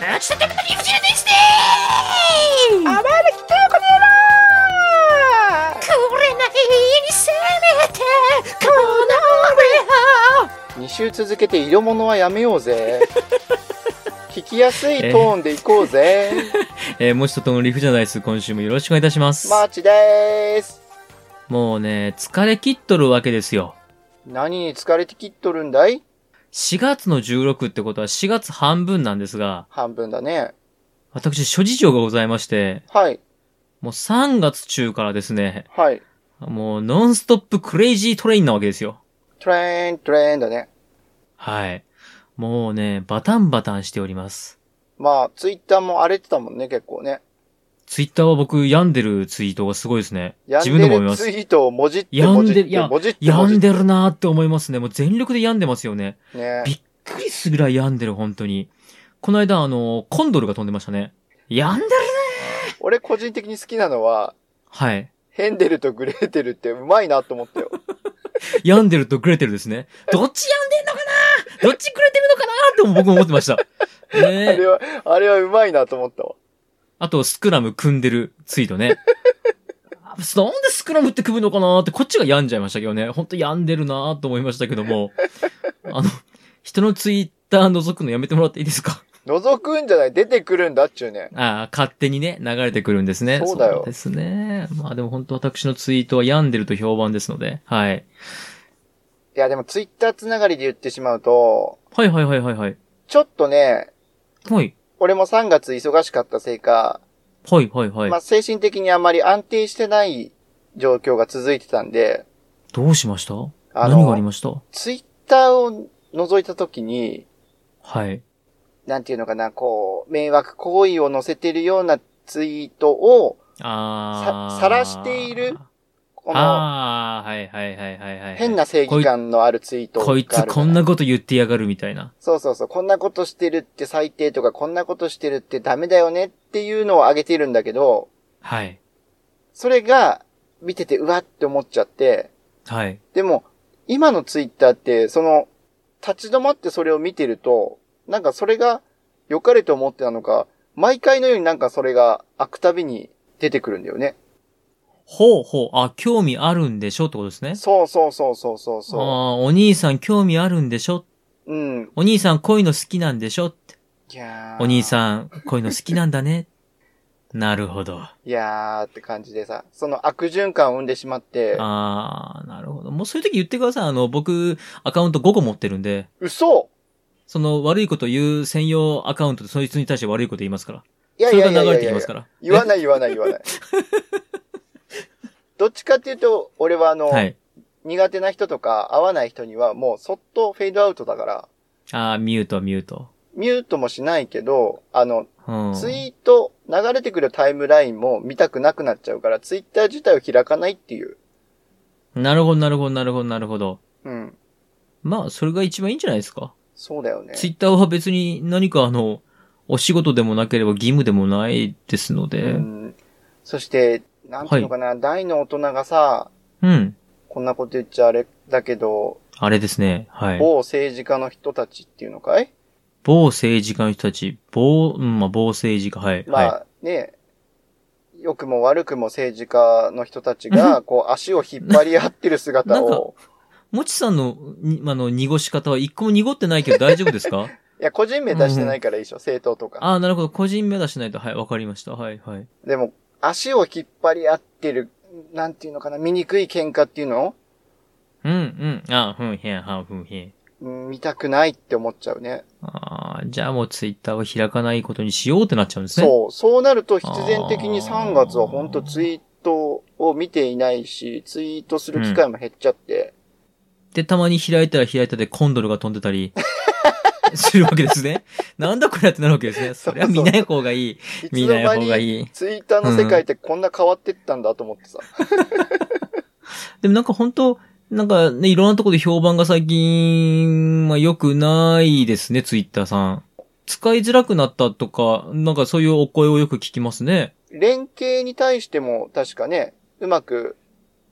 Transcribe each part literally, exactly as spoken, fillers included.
ちょっと待って、理不尽ですねー。 あばれきてこねー。くれないせめてこの俺を。 に週続けて色物はやめようぜ。聞きやすいトーンでいこうぜ。 えー、もちととのリフじゃないです。今週もよろしくお願いいたします。 マーチでーす。 もうね、疲れ切っとるわけですよ。 何に疲れてきっとるんだい？ しがつのじゅうろくってことはしがつ半分なんですが。 半分だね。 私、諸事情がございまして。 はい。 もうさんがつ中からですね。 はい。 もうノンストップクレイジートレインなわけですよ。 トレーン、トレーンだね。 はい。もうね、バタンバタンしております。 まあ、ツイッターも荒れてたもんね、結構ね。 ツイッターは僕、病んでるツイートがすごいですね。 自分でも思います。病んでるツイートをもじってもじって、 病んでる、いや、 もじって病んでるなーって思いますね。もう全力で病んでますよね。 ね。 びっくりするぐらい病んでる、本当に。この間、あの、コンドルが飛んでましたね。病んでるねー。俺個人的に好きなのは、 はい。 ヘンデルとグレーテルってうまいなと思ったよ。 病んでるとグレてるですね。どっち病んでんのかなどっちグレてるのかなって僕も思ってました。ね、 あれは、あれはうまいなと思ったわ。 あと、スクラム組んでるツイートね。なんでスクラムって組むのかなってこっちが病んじゃいましたけどね。ほんと病んでるなと思いましたけども。あの、人のツイッター覗くのやめてもらっていいですか？ 覗くんじゃない、出てくるんだっちゅうね。 ああ、勝手にね、流れてくるんですね。 そうだよ。 そうですね。まあでも本当私のツイートは病んでると評判ですので、はい。 いやでもツイッターつながりで言ってしまうと、 はいはいはいはいはい。 ちょっとね、 はい。 俺もさんがつ忙しかったせいか、 はいはいはい。 まあ精神的にあんまり安定してない状況が続いてたんで、 どうしました？何がありました？ ツイッターを覗いたときに、 はい。 なんていうのかな、こう、迷惑行為を載せてるようなツイートを、 あさ、さらしている、この、 ああ、はいはいはいはいはい。 変な正義感のあるツイートがある。 こいつこんなこと言ってやがるみたいな。 そうそうそう、こんなことしてるって最低とか、こんなことしてるってダメだよねっていうのを上げてるんだけど、 はい。 それが、見ててうわって思っちゃって、 はい。 でも、今のツイッターって、その、立ち止まってそれを見てると、なんかそれが良かれと思ってなのか、毎回のようになんかそれが開くたびに出てくるんだよね。 ほうほう。あ、興味あるんでしょってことですね。 そうそうそうそうそうそう。ああ、お兄さん興味あるんでしょ。 うん。 お兄さんこういうの好きなんでしょって。 いやー。 お兄さんこういうの好きなんだね。なるほど。 いやーって感じでさ、その悪循環を生んでしまって。 あー、なるほど。もうそういう時言ってください。あの、僕、アカウントごこ持ってるんで。 嘘？ その悪いこと言う専用アカウントでそいつに対して悪いこと言いますから。 いやいやいやいやいや。 それが流れてきますから。 言わない言わない言わない。どっちかっていうと、俺はあの、はい、苦手な人とか合わない人にはもうそっとフェードアウトだから。 あー、ミュートミュート。 ミュートもしないけど、あの、 うん、 ツイート、流れてくるタイムラインも見たくなくなっちゃうから、ツイッター自体を開かないっていう。 なるほど、なるほど、なるほど、なるほど。 うん。 まあ、それが一番いいんじゃないですか。 そうだよね。 ツイッターは別に何かあの、お仕事でもなければ義務でもないですので。 うん。そして、なんていうのかな、はい、大の大人がさ、 うん。 こんなこと言っちゃあれだけど、 あれですね、はい。 某政治家の人たちっていうのかい？ 某政治家の人たち、某、うん、まあ、某政治家、はい。 まあ、はい、ね、良くも悪くも政治家の人たちが、こう、足を引っ張り合ってる姿を。 なんか、もちさんの、に、あの、濁し方は一個も濁ってないけど大丈夫ですか？ いや、個人名出してないからいいでしょ、うん、政党とか。 ああ、なるほど。個人名出してないと、はい、わかりました。はい、はい。 でも、足を引っ張り合ってる、なんていうのかな、醜い喧嘩っていうの？ うん、うん。あ、ふんへん、はんふんへん。 見たくないって思っちゃうね。 ああ、じゃあもうツイッターを開かないことにしようってなっちゃうんですね。 そう。そうなると必然的にさんがつはほんとツイートを見ていないし、ツイートする機会も減っちゃって。 うん、で、たまに開いたら開いたでコンドルが飛んでたりするわけですね。なんだこれってなるわけですね。それは見ない方がいい。そうそう見ない方がいい。 ツイッターの世界ってこんな変わってったんだと思ってさ。うん、 でもなんか本当なんかね、いろんなところで評判が最近、まあ良くないですね、ツイッターさん。使いづらくなったとか、なんかそういうお声をよく聞きますね。 連携に対しても確かね、うまく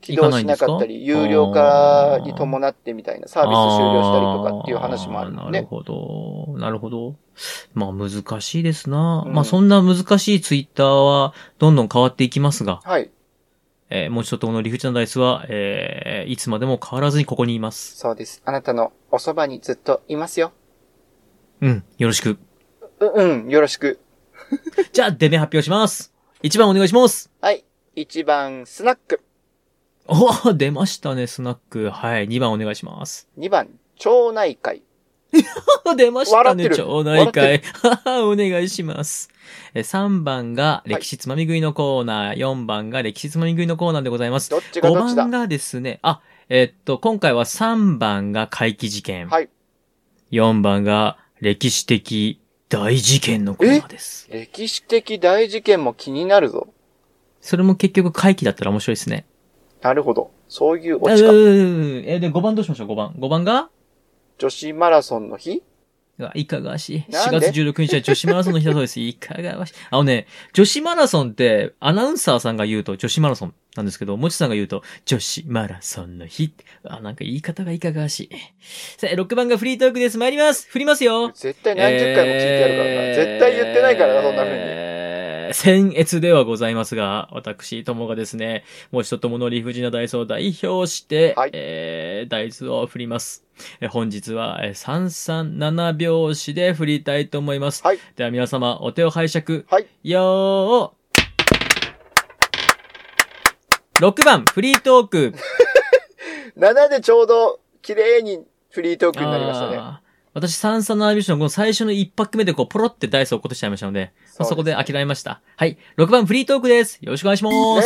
起動しなかったり、有料化に伴ってみたいなサービス終了したりとかっていう話もあるんでね。 なるほど。なるほど。まあ難しいですな。 うん、 まあそんな難しいツイッターはどんどん変わっていきますが。 はい。 えー、もうちょっとこの理不尽なダイスは、えー、いつまでも変わらずにここにいます。 そうです。あなたのおそばにずっといますよ。 うん。よろしく。 う、うん。よろしく。 じゃあ、デメ発表します。いちばんお願いします。 はい。いちばん、スナック。 お出ましたね、スナック。はい。にばんお願いします。 にばん、町内会。 出ましたね、 町内会。お願いします。さんばんが歴史つまみ食いのコーナー、はい、よんばんが歴史つまみ食いのコーナーでございます。 どっちがどっちだ？ ごばんがですね、あ、えっと、今回はさんばんが怪奇事件。 はい。 よんばんが歴史的大事件のコーナーです。 歴史的大事件も気になるぞ。 それも結局怪奇だったら面白いですね。 なるほど。そういうオチか。 え、で、ごばんどうしましょう、ごばん。ごばんが女子マラソンの日？ いかがわしい。しがつじゅうろくにちは女子マラソンの日だそうです。いかがわしい。あのね、女子マラソンって、アナウンサーさんが言うと女子マラソンなんですけど、もちさんが言うと女子マラソンの日って。あ、なんか言い方がいかがわしい。さあ、ろくばんがフリートークです。参ります。振りますよ。 絶対何十回も聞いてやるからな。えー、絶対言ってないからな、そんな風に。 僭越ではございますが、私、ともがですね、もう一ともの理不尽なダイスを代表して、はい、えー、ダイスを振ります。え本日はさんさんなな拍子で振りたいと思います。はい、では皆様、お手を拝借。はい、よー。ろくばん、フリートーク。 ななでちょうど、綺麗にフリートークになりましたね。 私、さんさんなな拍子のこの最初の一拍目でこう、ポロってダイスを落っことしちゃいましたので、そ, そこで諦めました。はい。ろくばん、フリートークです。よろしくお願いします。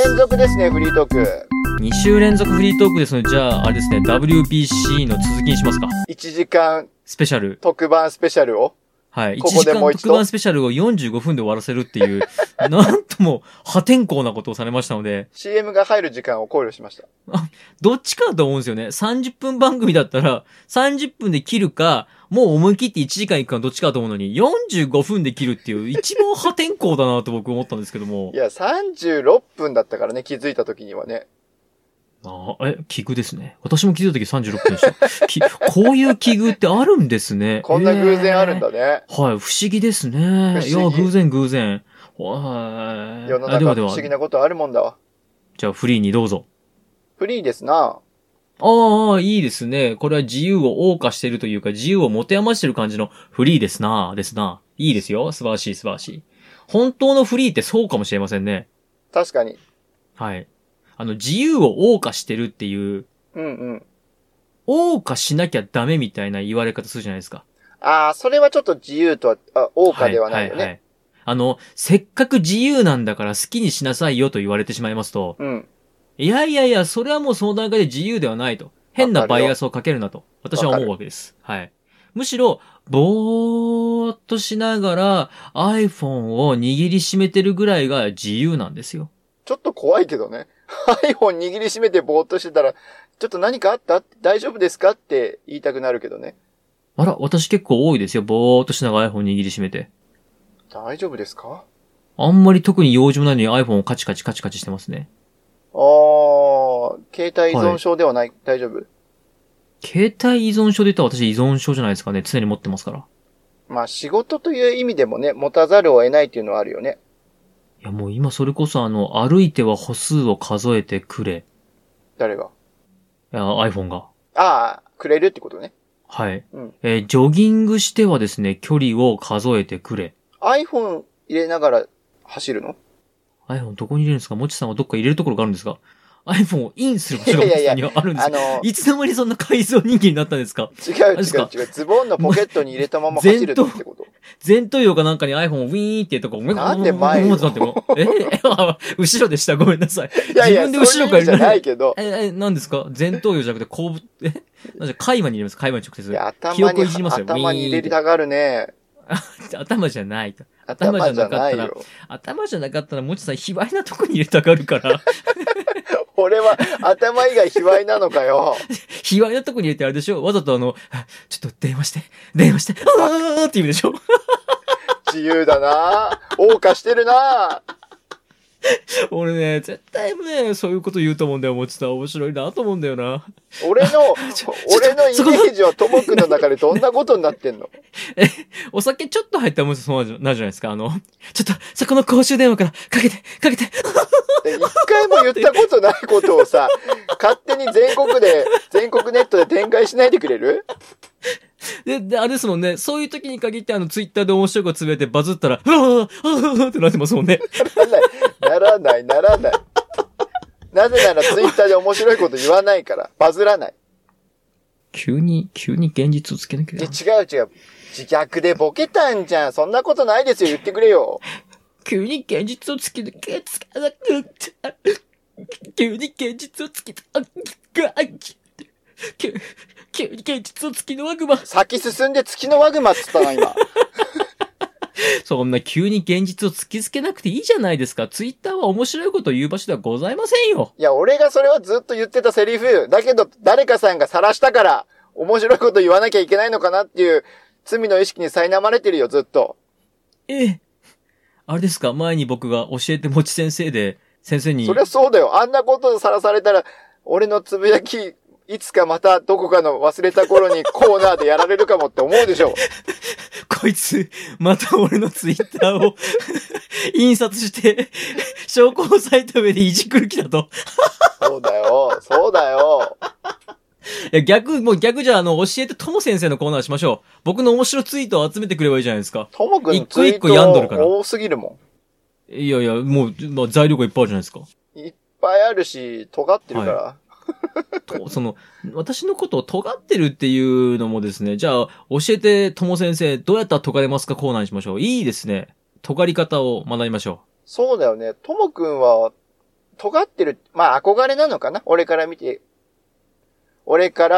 連続ですね、フリートーク。 に週連続フリートークですので、じゃあ、あれですね、ダブリュービーシー の続きにしますか。 いちじかん。 スペシャル。 特番スペシャルをはい。いちじかん特番スペシャルをよんじゅうごふんで終わらせるっていう、なんとも破天荒なことをされましたので。 シーエム が入る時間を考慮しました。 あ、どっちかだと思うんですよね。さんじゅっぷん番組だったら、さんじゅっぷんで切るか、もう思い切っていちじかんいくかどっちかだと思うのに、よんじゅうごふんで切るっていう、一番破天荒だなと僕思ったんですけども。 いや、さんじゅうろっぷんだったからね、気づいた時にはね。 ああ、え、奇遇ですね。私も気づいた時さんじゅうろっぷんでした。こういう奇遇ってあるんですね。 こんな偶然あるんだね。 はい、不思議ですね。いや、偶然偶然。はい。 世の中不思議なことあるもんだわ。 じゃあフリーにどうぞ。 フリーですな。 ああ、いいですね。これは自由を謳歌してるというか、自由を持て余してる感じのフリーですな。ですな。いいですよ。素晴らしい素晴らしい。本当のフリーってそうかもしれませんね。 確かに。 はい。あの、自由を謳歌してるっていう。 うんうん。 謳歌しなきゃダメみたいな言われ方するじゃないですか。 ああ、それはちょっと自由とは、あ、謳歌ではないよね。はいはいはい。 あの、せっかく自由なんだから好きにしなさいよと言われてしまいますと。 うん。 いやいやいや、それはもうその段階で自由ではないと。変なバイアスをかけるなと。私は思うわけです。はい。むしろ、ぼーっとしながら iPhone を握りしめてるぐらいが自由なんですよ。 ちょっと怖いけどね。iPhone 握りしめてぼーっとしてたら、ちょっと何かあった？大丈夫ですかって言いたくなるけどね。 あら、私結構多いですよ。ぼーっとしながら iPhone 握りしめて。 大丈夫ですか？ あんまり特に用事もないのに iPhone をカチカチカチカチしてますね。 あー、携帯依存症ではない、はい、大丈夫？ 携帯依存症で言ったら私依存症じゃないですかね。常に持ってますから。 まあ仕事という意味でもね、持たざるを得ないっていうのはあるよね。 いやもう今それこそあの、歩いては歩数を数えてくれ。 誰が？ いや、iPhone が。 ああ、くれるってことね。 はい。うん、えー、ジョギングしてはですね、距離を数えてくれ。 iPhone 入れながら走るの？ iPhone どこに入れるんですか？もちさんはどっか入れるところがあるんですか？ iPhone をインする場所がもちさんにはあるんですか？いやいやいや、あのー、いつの間にそんな改造人間になったんですか？ 違う違う違う。ズボンのポケットに入れたまま走るってこと？ 前頭葉かなんかに iPhone をウィーンっていうとこ、 なんで前にえ後ろでした。ごめんなさい。 いやいや、 自分で後ろから入れる。じゃないけど。 え、え、何ですか？前頭葉じゃなくて、後部、えなんで、海馬に入れます。海馬に直接。 いや、頭に、 記憶をいじりますよ。 頭に入れたがるね。 頭じゃないと。 頭じゃなかったら、 頭じゃなかったら、もちさん、卑猥なとこに入れたがるから。 俺は、頭以外卑猥なのかよ。 卑猥なとこに入れてあれでしょ？わざとあの、ちょっと電話して、電話して、あーって言うでしょ？ 自由だなぁ。謳歌してるなぁ。 俺ね、絶対ね、そういうこと言うと思うんだよ。もちさん面白いなと思うんだよな。 俺の、俺のイメージはともくんの中でどんなことになってんの？ え、お酒ちょっと入ったらもしそうなるじゃないですか。あの、ちょっと、そこの公衆電話からかけて、かけて。 一回も言ったことないことをさ、勝手に全国で、全国ネットで展開しないでくれる？ で、で、あれですもんね。そういう時に限って、あの、ツイッターで面白いことつぶやいてバズったら、うわーあーってなってますもんね。 ならない、ならない、ならない。なぜならツイッターで面白いこと言わないから、バズらない。 急に、急に現実をつけなきゃ。 違う違う。自虐でボケたんじゃん。そんなことないですよ。言ってくれよ。 急に現実をつけなきゃ、つかなくちゃ。急に現実をつけた。急急に現実を月のワグマ。 先進んで月のワグマっつったな、今。 そんな急に現実を突きつけなくていいじゃないですか。ツイッターは面白いことを言う場所ではございませんよ。 いや、俺がそれはずっと言ってたセリフ。だけど、誰かさんが晒したから、面白いこと言わなきゃいけないのかなっていう、罪の意識に苛まれてるよ、ずっと。 ええ。あれですか、前に僕が教えてもち先生で、先生に。 そりゃそうだよ。あんなことを晒されたら、俺のつぶやき、いつかまたどこかの忘れた頃にコーナーでやられるかもって思うでしょ。 こいつ、また俺のツイッターを印刷して、証拠を押さえた上でいじくる気だと。 そうだよ、そうだよ。 いや、逆、もう逆じゃあの、教えてとも先生のコーナーしましょう。僕の面白ツイートを集めてくればいいじゃないですか。 ともくんのツイー一個一個病んどるからト多すぎるもん。いやいや、もう、まあ、材料がいっぱいあるじゃないですか。 ん。いっぱいあるし、尖ってるから。 はいと、その、私のことを尖ってるっていうのもですね、じゃあ、教えて、とも先生、どうやったら尖れますかコーナーにしましょう。いいですね。尖り方を学びましょそうだよね。ともくんは、尖ってる、まあ憧れなのかな？俺から見て。俺から、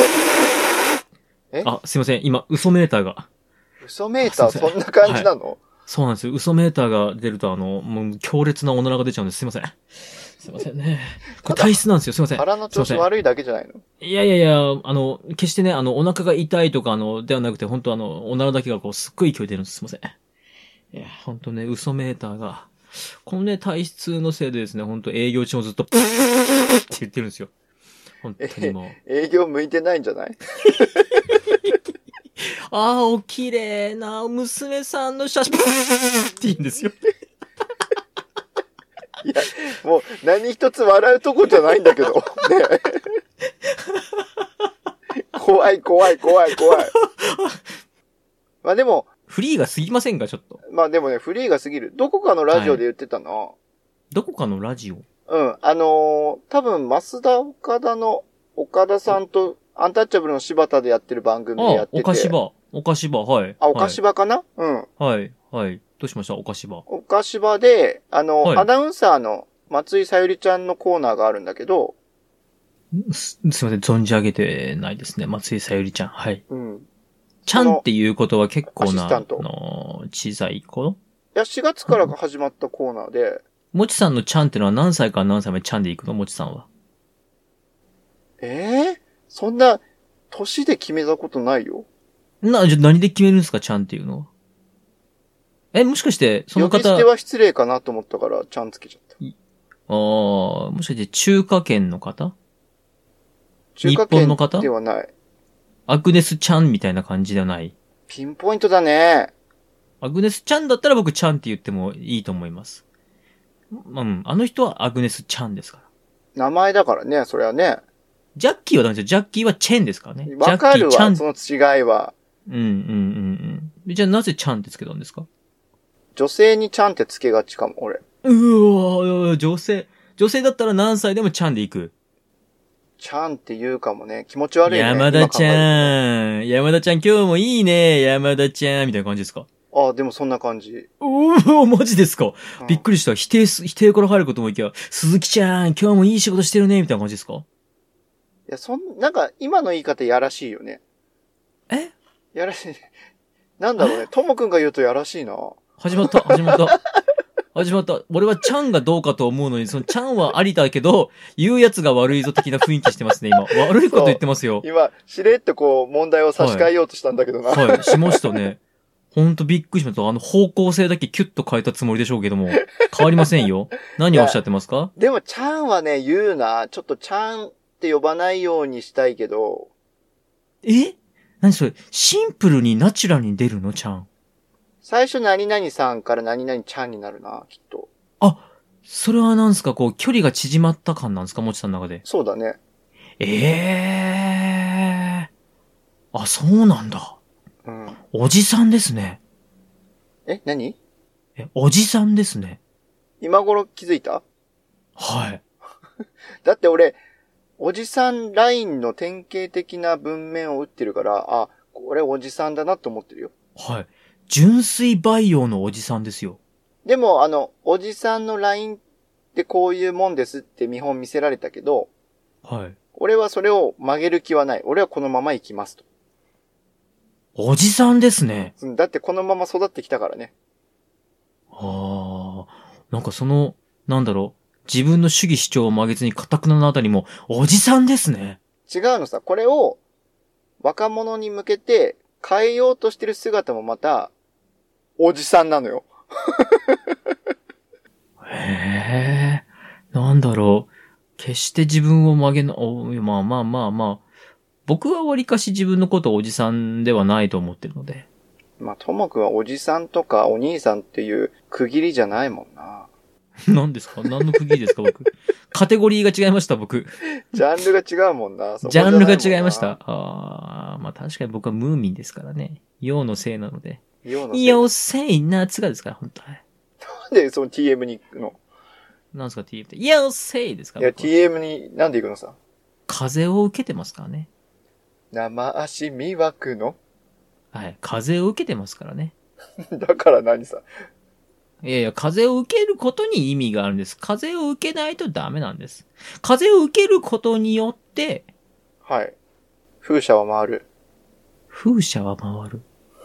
えう。あ、すいません。今、嘘メーターが。 嘘メーターそんな感じなの？ そうなんですよ。嘘メーターが出ると、あの、もう強烈なおならが出ちゃうんです。すいません。すいませんね。これ体質なんですよ。すいません。 腹の調子悪いだけじゃないの？ いやいやいや、あの、決してね、あの、お腹が痛いとか、あの、ではなくて、本当あの、おならだけがこう、すっごい勢い出るんです。すいません。いや、本当ね、嘘メーターが、このね、体質のせいでですね、本当営業中もずっと、プーって言ってるんですよ。本当にもう。 営業向いてないんじゃない？ ああ、お綺麗な娘さんの写真、プーって言うんですよ。 いや、もう何一つ笑うとこじゃないんだけど。ね、怖い怖い怖い怖い。まあでも。 フリーが過ぎませんか、ちょっと。 まあでもね、フリーが過ぎる。どこかのラジオで言ってたな。はい、 どこかのラジオ？ うん。あのー、多分、増田岡田の岡田さんとアンタッチャブルの柴田でやってる番組でやってて。 あ、岡柴。岡柴、はい。 あ、岡柴かな、はい、うん。 はい、はい。どうしました岡柴。 岡柴で、あの、 はい、 アナウンサーの松井さゆりちゃんのコーナーがあるんだけど、 す、すいません、存じ上げてないですね。松井さゆりちゃん。はい。 うん。 ちゃんっていうことは結構な、 アシスタントの、小さい子？ いや、しがつからが始まったコーナーで。 もちさんのちゃんってのは何歳から何歳までちゃんで行くのもちさんは。 ええー、そんな、年で決めたことないよ。 な、じゃ、何で決めるんですか、ちゃんっていうのは。え、もしかして、その方。 呼び捨ては失礼かなと思ったから、ちゃんつけちゃった。 ああ、もしかして中華圏の方？ 中華圏ではない。 アグネスちゃんみたいな感じではない。 ピンポイントだね。 アグネスちゃんだったら僕ちゃんって言ってもいいと思います。うん、あの人はアグネスちゃんですから。 名前だからね、それはね。 ジャッキーはダメですよ。ジャッキーはチェンですからね。 わかるわ、その違いは。 うんうんうんうん。じゃあなぜちゃんってつけたんですか？ 女性にちゃんってつけがちかも、俺。 うわ女性。女性だったら何歳でもちゃんで行く。 ちゃんって言うかもね。気持ち悪いね。 山田ちゃん。山田ちゃん今日もいいね。山田ちゃん。みたいな感じですか？ ああ、でもそんな感じ。 おー、マジですか、うん、びっくりした。否定す、否定から入ることもいきや、鈴木ちゃん、今日もいい仕事してるね。みたいな感じですか？ いや、そん、なんか、今の言い方やらしいよね。 え？ やらしい。なんだろうね。ともくんが言うとやらしいな。 始まった、始まった。始まった。俺はちゃんがどうかと思うのに、そのちゃんはありだけど、言うやつが悪いぞ的な雰囲気してますね、今。悪いこと言ってますよ。 今、しれっとこう、問題を差し替えようとしたんだけどな。 はい、はい、しましたね。 ほんとびっくりしました。あの方向性だけキュッと変えたつもりでしょうけども、変わりませんよ。何をおっしゃってますか？ でも、ちゃんはね、言うな。ちょっとちゃんって呼ばないようにしたいけど。 え？何それ？シンプルにナチュラルに出るのちゃん。 最初何々さんから何々ちゃんになるな、きっと。 あ、それはなんすか、こう、距離が縮まった感なんですか、もちさんの中で。 そうだね。 ええー。あ、そうなんだ。 うん。 おじさんですね。 え、何？ え、おじさんですね。 今頃気づいた？ はい。 だって俺、おじさんラインの典型的な文面を打ってるから、あ、これおじさんだなと思ってるよ。 はい。純粋培養のおじさんですよ。 でも、あの、おじさんのラインってこういうもんですって見本見せられたけど、 はい。 俺はそれを曲げる気はない。俺はこのまま行きますと。 おじさんですね。 うん、だってこのまま育ってきたからね。 ああ、なんかその、なんだろう、自分の主義主張を曲げずに固くなのあたりも、おじさんですね。 違うのさ、これを若者に向けて変えようとしてる姿もまた、おじさんなのよ。 へえ、なんだろう。決して自分を曲げな、おまあまあまあまあ。僕はわりかし自分のことをおじさんではないと思ってるので。 まあ、ともくんはおじさんとかお兄さんっていう区切りじゃないもんな。 何ですか？何の区切りですか僕。カテゴリーが違いました、僕。 ジャンルが違うもんな。 ジャンルが違いました。ああ、まあ確かに僕はムーミンですからね。陽のせいなので。 陽のせい。 陽せい夏がですから、本当は。 なんでその ティーエム に行くの？ なんですか ティーエム って。陽せいですか？ いや、ティーエム になんで行くのさ。 風を受けてますからね。 生足見湧くの？ はい。風を受けてますからね。 だから何さ。 いやいや、風を受けることに意味があるんです。風を受けないとダメなんです。風を受けることによって、 はい。風車は回る。 風車は回る。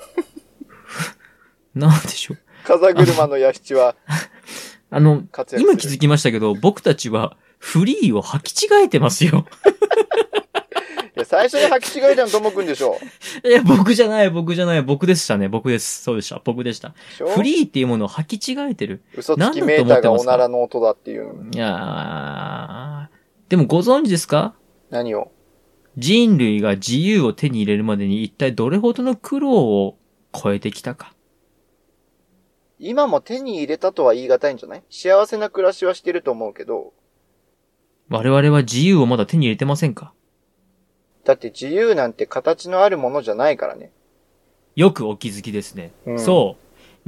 なんでしょう。 風車の屋敷はあの、 活躍する。 今気づきましたけど、僕たちはフリーを履き違えてますよ。 いや、最初に履き違えたのともくんでしょ。 いや、僕じゃない、僕じゃない、僕でしたね。僕です。そうでした。僕でした。フリーっていうものを履き違えてる。 嘘つきメーターがおならの音だっていうの。 いやー、でもご存知ですか？ 何を？ 人類が自由を手に入れるまでに一体どれほどの苦労を超えてきたか。 今も手に入れたとは言い難いんじゃない？幸せな暮らしはしてると思うけど。 我々は自由をまだ手に入れてませんか？ だって自由なんて形のあるものじゃないからね。 よくお気づきですね。 うん、 そう。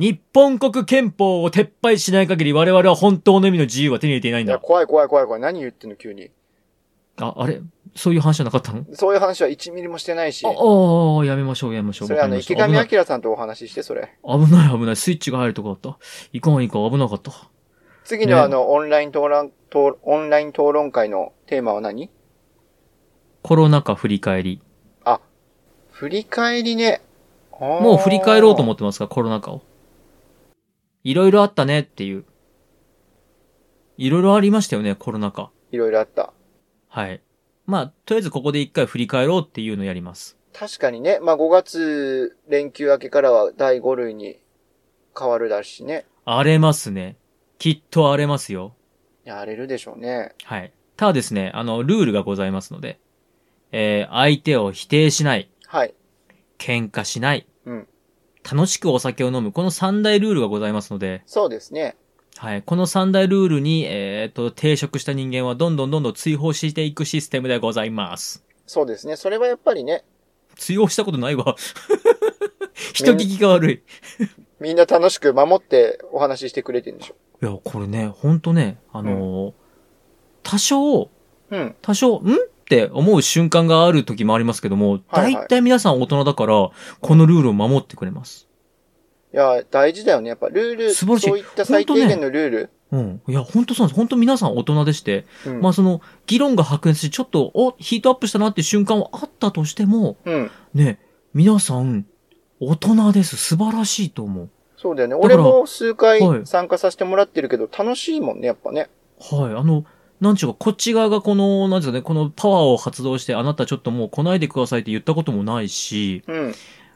日本国憲法を撤廃しない限り我々は本当の意味の自由は手に入れていないんだ。 いや、怖い怖い怖い怖い。何言ってんの急に。 あ、あれそういう話じゃなかったの？ そういう話はいちミリもしてないし。 ああ、やめましょう、やめましょう。 それあの、池上彰さんとお話しして、それ。 危ない危ない。スイッチが入るとこだった。いかんいかん、危なかった。 次のあの、ね、オンライン討論、オンライン討論会のテーマは何？ コロナ禍振り返り。 あ、振り返りね。 もう振り返ろうと思ってますか、コロナ禍を。いろいろあったねっていう。いろいろありましたよね、コロナ禍。 いろいろあった。 はい。まあ、とりあえずここで一回振り返ろうっていうのをやります。 確かにね。まあごがつ連休明けからはだいご類に変わるだしね。 荒れますね。きっと荒れますよ。 いや、荒れるでしょうね。 はい。ただですね、あの、ルールがございますので、えー、相手を否定しない。 はい。 喧嘩しない。 うん。 楽しくお酒を飲む。この三大ルールがございますので。 そうですね。 はい。この三大ルールに、えー、と、抵触した人間はどんどんどんどん追放していくシステムでございます。 そうですね。それはやっぱりね。 追放したことないわ。人聞きが悪い。 みんな楽しく守ってお話ししてくれてるんでしょ。 いや、これね、ほんとね、あのーうん、多少、 うん。 多少、んって思う瞬間がある時もありますけども、はいはい、大体皆さん大人だから、このルールを守ってくれます。 いや、大事だよね。やっぱルール、 素晴らしい。 そういった最低限のルール。ね、 うん。いや、ほんとそうなんです。ほんと皆さん大人でして、うん、まあその、議論が白熱し、ちょっと、お、ヒートアップしたなっていう瞬間はあったとしても、 うん。 ね、皆さん、大人です。素晴らしいと思う。 そうだよね。俺も数回参加させてもらってるけど、はい、楽しいもんね、やっぱね。 はい。あの、なんちゅうか、こっち側がこの、なんちゅうかね、このパワーを発動して、あなたちょっともう来ないでくださいって言ったこともないし、 うん。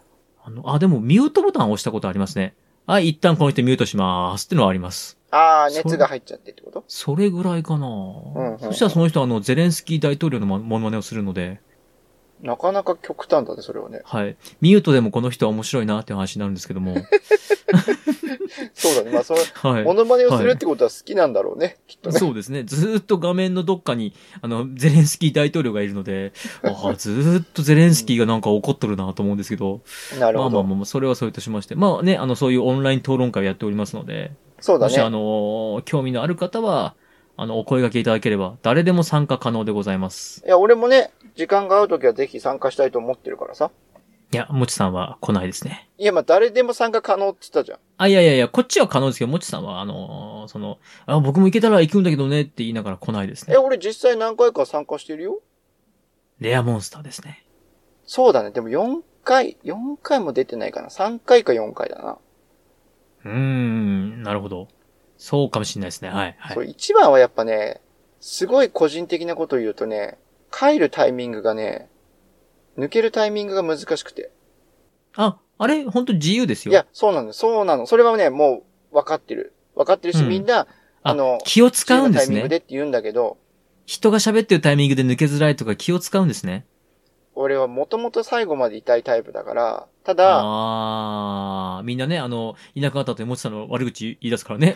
あの、あ、でもミュートボタンを押したことありますね。はい、一旦この人ミュートしまーすってのはあります。 ああ、熱が入っちゃってってこと？ それぐらいかな、 うんうんうん、 そしたらその人はあの、ゼレンスキー大統領のモノマネをするので。 なかなか極端だね、それはね。 はい。ミュートでもこの人は面白いなっていう話になるんですけども。 そうだね。まあ、その、 はい。 モノマネをするってことは好きなんだろうね、はい、きっとね。 そうですね。ずーっと画面のどっかに、あの、ゼレンスキー大統領がいるので、ああ、ずーっとゼレンスキーがなんか怒っとるなと思うんですけど。 なるほど。 まあまあまあ、それはそれとしまして。まあね、あの、そういうオンライン討論会をやっておりますので。 そうだね。 もしあの、興味のある方は、あの、お声掛けいただければ、誰でも参加可能でございます。 いや、俺もね、時間が合うときはぜひ参加したいと思ってるからさ。 いや、もちさんは来ないですね。 いや、まあ、誰でも参加可能って言ったじゃん。 あ、いやいやいや、こっちは可能ですけど、もちさんは、あのー、その、あ、僕も行けたら行くんだけどねって言いながら来ないですね。 え、俺実際何回か参加してるよ。 レアモンスターですね。 そうだね。でもよんかい、よんかいも出てないかな。さんかいかよんかいだな。 うーん、なるほど。そうかもしれないですね。はい。はい、 そう、一番はやっぱね、すごい個人的なことを言うとね、帰るタイミングがね、抜けるタイミングが難しくて。 あ、あれ、本当自由ですよ。 いや、そうなの、そうなの。それはね、もう分かってる。分かってるし、うん、みんな、あの、 気を使うんですね。 タイミングでって言うんだけど、 人が喋ってるタイミングで抜けづらいとか気を使うんですね。 俺はもともと最後までいたいタイプだから、ただ、 あー、みんなね、あの、いなくなったともちさんの悪口言い出すからね。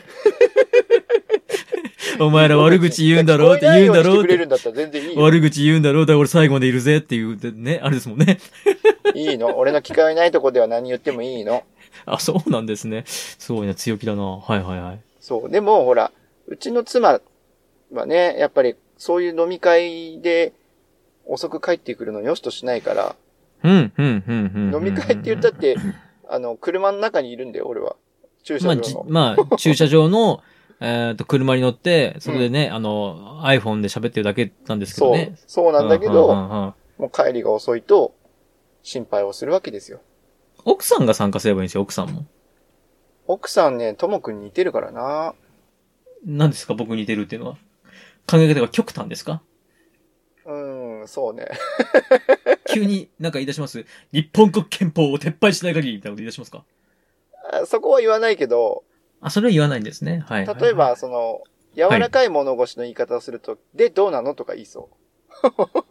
お前ら悪口言うんだろうって言うんだろうって。悪口言うんだろうだから俺最後までいるぜっていうね、あれですもんね。 いいの。俺の聞かないとこでは何言ってもいいの。 あ、そうなんですね。すごいな、強気だな。はいはいはい。 そう。でも、ほら、うちの妻はね、やっぱりそういう飲み会で遅く帰ってくるのよしとしないから。 うん、うん、うん、うん。 飲み会って言ったって、あの、車の中にいるんだよ、俺は。駐車場の。 まあ、まあ、駐車場の、えっと、車に乗って、そこでね、うん、あの、iPhone で喋ってるだけなんですけどね。 そう、そうなんだけど、もう帰りが遅いと、心配をするわけですよ。 奥さんが参加すればいいんですよ、奥さんも。 奥さんね、ともくんに似てるからな。 何ですか、僕に似てるっていうのは。考え方が極端ですか？ うーん、そうね。 急になんか言い出します。日本国憲法を撤廃しない限りみたいなこと言い出しますか？ あ、そこは言わないけど、 あ、それは言わないんですね。はい。 例えば、その、柔らかい物腰の言い方をすると、はい、で、どうなのとか言いそう。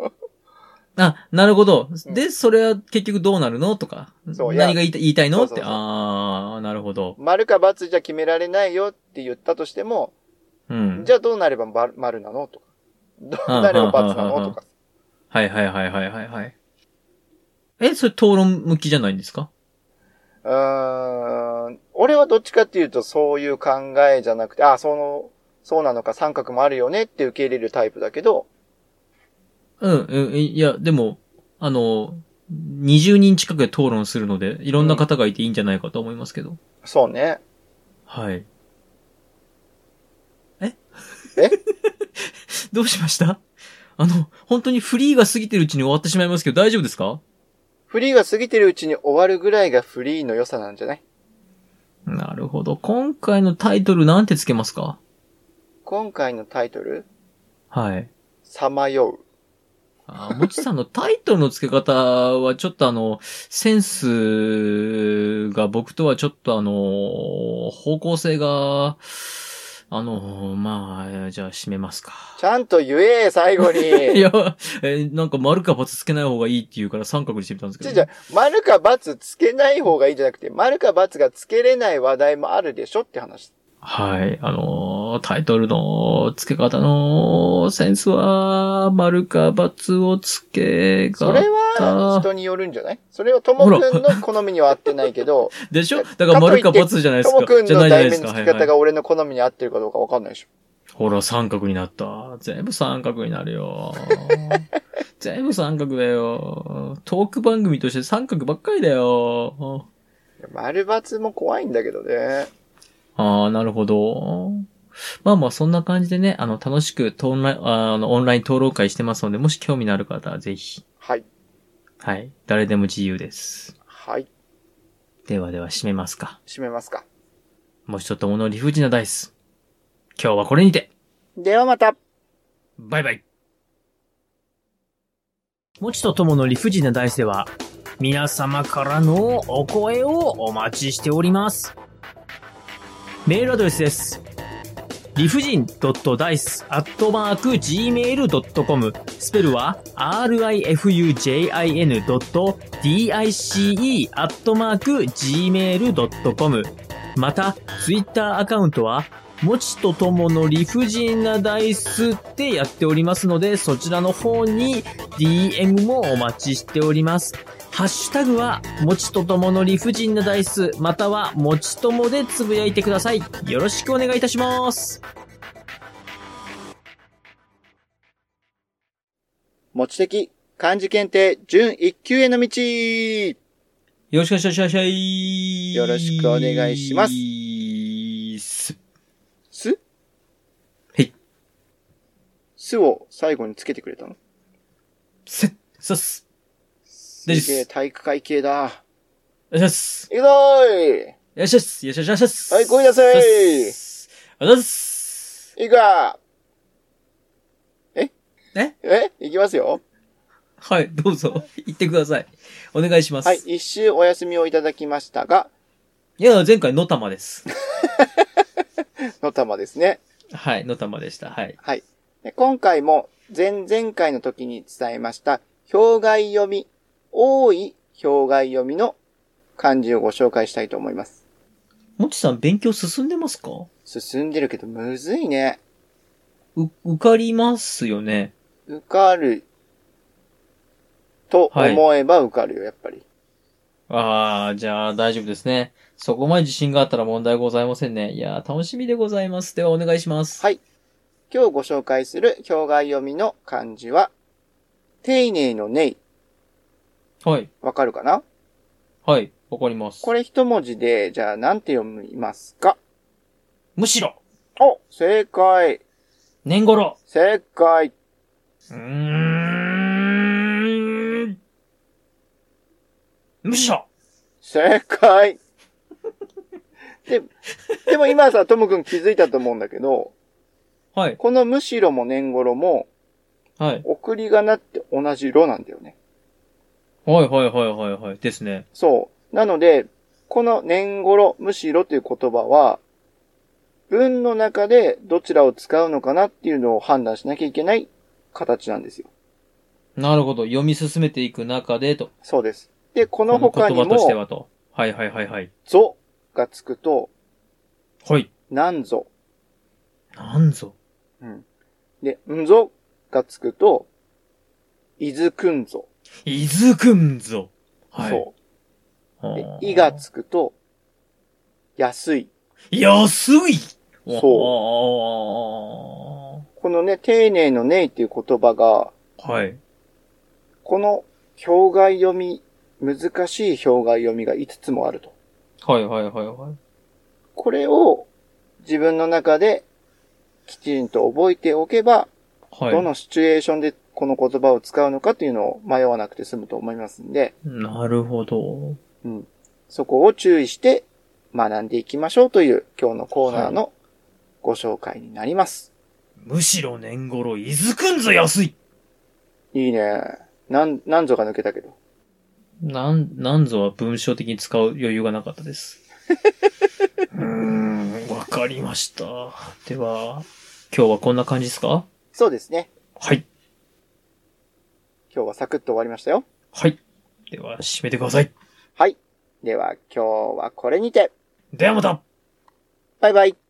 あ、なるほど。で、それは結局どうなるのとか。そう何が言いた言いたいのって。ああ、なるほど。 丸か×じゃ決められないよって言ったとしても、うん、じゃあどうなれば丸なのとか。どうなれば×なのとか。 はいはいはいはいはいはい。え、それ討論向きじゃないんですか？ うーん。俺はどっちかっていうとそういう考えじゃなくて、あ、その、そうなのか三角もあるよねって受け入れるタイプだけど。 うん、うん、いや、でも、あの、にじゅうにん近くで討論するので、いろんな方がいていいんじゃないかと思いますけど。うん、 そうね。 はい。ええどうしました？あの、本当にフリーが過ぎてるうちに終わってしまいますけど大丈夫ですか？ フリーが過ぎてるうちに終わるぐらいがフリーの良さなんじゃない？ なるほど。今回のタイトルなんてつけますか？ 今回のタイトル？ はい。 さまよう。 あ、もちさんのタイトルの付け方はちょっとあの、センスが僕とはちょっとあの、方向性が、あの、まあ、じゃあ締めますか。 ちゃんと言え、最後に。 いや、え、なんか丸か×つけない方がいいって言うから三角にしてみたんですけど、ね。 じゃあ、丸か×つけない方がいいんじゃなくて、丸か×がつけれない話題もあるでしょって話。 はい。あのー、タイトルの付け方のセンスは、丸か×をつけが。 それは人によるんじゃない？それはともくんの好みには合ってないけど。 でしょ？だから丸か×じゃないですか。 ともくんの題名の付け方が俺の好みに合ってるかどうかわかんないでしょ。 ほら、三角になった。全部三角になるよ。全部三角だよ。トーク番組として三角ばっかりだよ。 丸×も怖いんだけどね。 ああ、なるほど。まあまあ、そんな感じでね、あの、楽しくオンライン、あの、オンライン討論会してますので、もし興味のある方はぜひ。 はい。 はい。誰でも自由です。 はい。 ではでは、締めますか。 締めますか。 もう一つもの理不尽なダイス。今日はこれにて。 ではまた。 バイバイ。もちとともの理不尽なダイスでは、 皆様からのお声をお待ちしております。メールアドレスです。理不尽 .dice アットマーク ジーメール ドットコム スペルは rifujin.dice アットマーク ジーメール ドットコム また、ツイッターアカウントはもちとともの理不尽なダイスってやっておりますので、そちらの方に ディーエム もお待ちしております。ハッシュタグは、もちとともの理不尽なダイス、または、もちともでつぶやいてください。よろしくお願いいたします。 もち的漢字検定準いっ級への道。 よろしくお願いします。 よろしくお願いします。 す。 すはい。 すを最後につけてくれたの？ せ、さす。 すげえ体育会系だ。 よっしゃっす。 いくぞーい。 よっしゃっす。よっしゃっしゃっしゃっす。 はい、声出せー。 あざっす。 いくわー。えええいきますよ。 はい、どうぞ。言ってください。お願いします。 はい、一周お休みをいただきましたが。 いや、前回のたまです。 のたまですね。 はい、のたまでした。はい。 はい。今回も前々回の時に伝えました表外読み、多い表外読みの漢字をご紹介したいと思います。 もちさん勉強進んでますか？ 進んでるけどむずいね。 う、受かりますよね。 受かると思えば受かるよ、やっぱり。 ああ、じゃあ大丈夫ですね。そこまで自信があったら問題ございませんね。いやー、楽しみでございます。ではお願いします。 はい。今日ご紹介する表外読みの漢字は、丁寧の寧。 はい。 わかるかな？ はい、わかります。 これ一文字で、じゃあなんて読みますか？ むしろ。 お、正解。 年頃。 正解。 うーん。むしろ。 正解。で、でも今さ、ともくん気づいたと思うんだけど、 はい。 このむしろも年頃も、 はい。 送り仮名って同じろなんだよね。 はいはいはいはいはい。ですね。 そう。なので、この年頃、むしろという言葉は、文の中でどちらを使うのかなっていうのを判断しなきゃいけない形なんですよ。 なるほど。読み進めていく中でと。 そうです。で、この他にも、 この言葉としてはと。はいはいはいはい。 ぞがつくと、 はい。 なんぞ。 なんぞ。 うん。で、んぞがつくと、いずくんぞ。 いずくんぞ。はい。 そう。で、いががつくと、安い。 安い。 そう。このね、丁寧の寧っていう言葉が、 はい。 この表外読み、難しい表外読みがいつつもあると。 はいはいはいはい。 これを自分の中できちんと覚えておけば、はい、どのシチュエーションでこの言葉を使うのかっていうのを迷わなくて済むと思いますんで。 なるほど。 うん。そこを注意して学んでいきましょうという今日のコーナーのご紹介になります。 はい、むしろ年頃いずくんぞ安い。 いいね。なん、なんぞが抜けたけど。 なん、なんぞは文章的に使う余裕がなかったです。うーん、わかりました。では、今日はこんな感じですか？ そうですね。 はい。 今日はサクッと終わりましたよ。 はい。では、締めてください。 はい。では、今日はこれにて。 ではまた。 バイバイ。